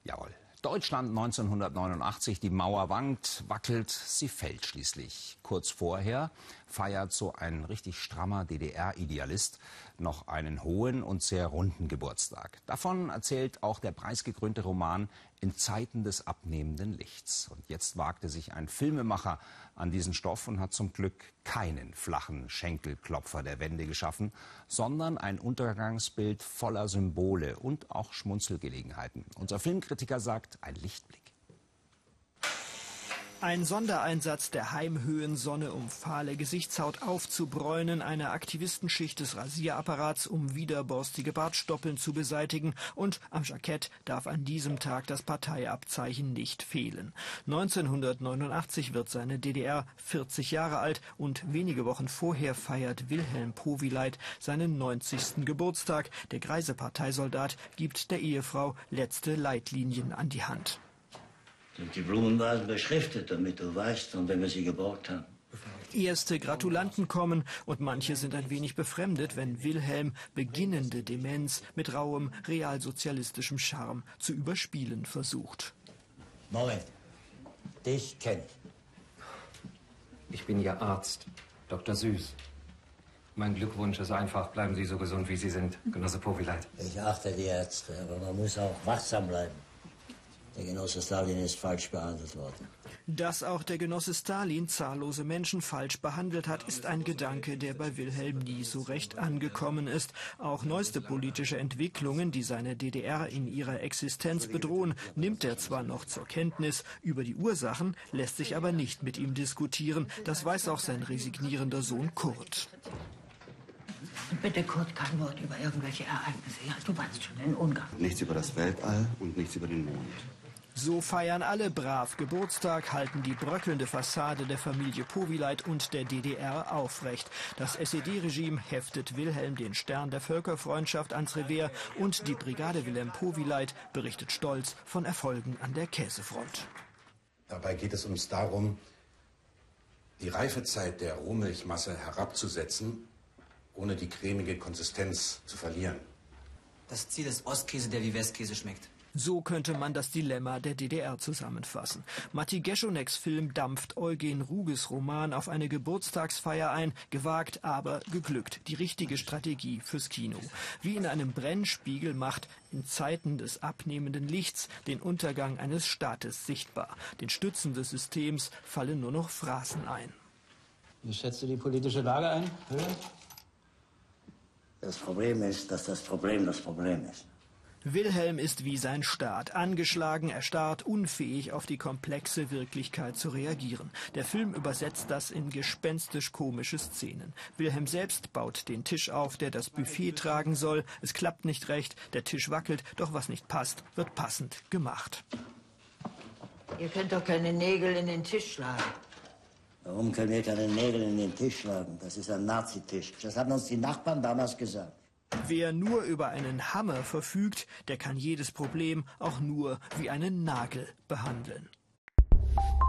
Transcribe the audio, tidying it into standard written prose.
Jawohl. Deutschland 1989, die Mauer wankt, wackelt, sie fällt schließlich. Kurz vorher feiert so ein richtig strammer DDR-Idealist noch einen hohen und sehr runden Geburtstag. Davon erzählt auch der preisgekrönte Roman In Zeiten des abnehmenden Lichts. Und jetzt wagte sich ein Filmemacher an diesen Stoff und hat zum Glück keinen flachen Schenkelklopfer der Wende geschaffen, sondern ein Untergangsbild voller Symbole und auch Schmunzelgelegenheiten. Unser Filmkritiker sagt, ein Lichtblick. Ein Sondereinsatz der Heimhöhensonne, um fahle Gesichtshaut aufzubräunen, eine Aktivistenschicht des Rasierapparats, um widerborstige Bartstoppeln zu beseitigen, und am Jackett darf an diesem Tag das Parteiabzeichen nicht fehlen. 1989 wird seine DDR 40 Jahre alt und wenige Wochen vorher feiert Wilhelm Powileit seinen 90. Geburtstag. Der greise Parteisoldat gibt der Ehefrau letzte Leitlinien an die Hand. Und die Blumen waren beschriftet, damit du weißt, von wem wir sie geborgt haben. Erste Gratulanten kommen und manche sind ein wenig befremdet, wenn Wilhelm beginnende Demenz mit rauem realsozialistischem Charme zu überspielen versucht. Moment, dich kenn ich. Ich bin Ihr Arzt, Dr. Süß. Mein Glückwunsch ist einfach, bleiben Sie so gesund, wie Sie sind, Genosse Powileit. Ich achte die Ärzte, aber man muss auch wachsam bleiben. Der Genosse Stalin ist falsch behandelt worden. Dass auch der Genosse Stalin zahllose Menschen falsch behandelt hat, ist ein Gedanke, der bei Wilhelm nie so recht angekommen ist. Auch neueste politische Entwicklungen, die seine DDR in ihrer Existenz bedrohen, nimmt er zwar noch zur Kenntnis. Über die Ursachen lässt sich aber nicht mit ihm diskutieren. Das weiß auch sein resignierender Sohn Kurt. Und bitte, Kurt, kein Wort über irgendwelche Ereignisse. Ja, du weißt schon, in Ungarn. Nichts über das Weltall und nichts über den Mond. So feiern alle brav Geburtstag, halten die bröckelnde Fassade der Familie Powileit und der DDR aufrecht. Das SED-Regime heftet Wilhelm den Stern der Völkerfreundschaft ans Revers und die Brigade Wilhelm Powileit berichtet stolz von Erfolgen an der Käsefront. Dabei geht es uns darum, die Reifezeit der Rohmilchmasse herabzusetzen, ohne die cremige Konsistenz zu verlieren. Das Ziel ist Ostkäse, der wie Westkäse schmeckt. So könnte man das Dilemma der DDR zusammenfassen. Matti Geschoneks Film dampft Eugen Ruges Roman auf eine Geburtstagsfeier ein. Gewagt, aber geglückt. Die richtige Strategie fürs Kino. Wie in einem Brennspiegel macht In Zeiten des abnehmenden Lichts den Untergang eines Staates sichtbar. Den Stützen des Systems fallen nur noch Phrasen ein. Wie schätzt du die politische Lage ein? Das Problem ist, dass das Problem ist. Wilhelm ist wie sein Staat, angeschlagen, erstarrt, unfähig auf die komplexe Wirklichkeit zu reagieren. Der Film übersetzt das in gespenstisch-komische Szenen. Wilhelm selbst baut den Tisch auf, der das Buffet tragen soll. Es klappt nicht recht, der Tisch wackelt, doch was nicht passt, wird passend gemacht. Ihr könnt doch keine Nägel in den Tisch schlagen. Warum können wir keine Nägel in den Tisch schlagen? Das ist ein Nazitisch. Das haben uns die Nachbarn damals gesagt. Wer nur über einen Hammer verfügt, der kann jedes Problem auch nur wie einen Nagel behandeln.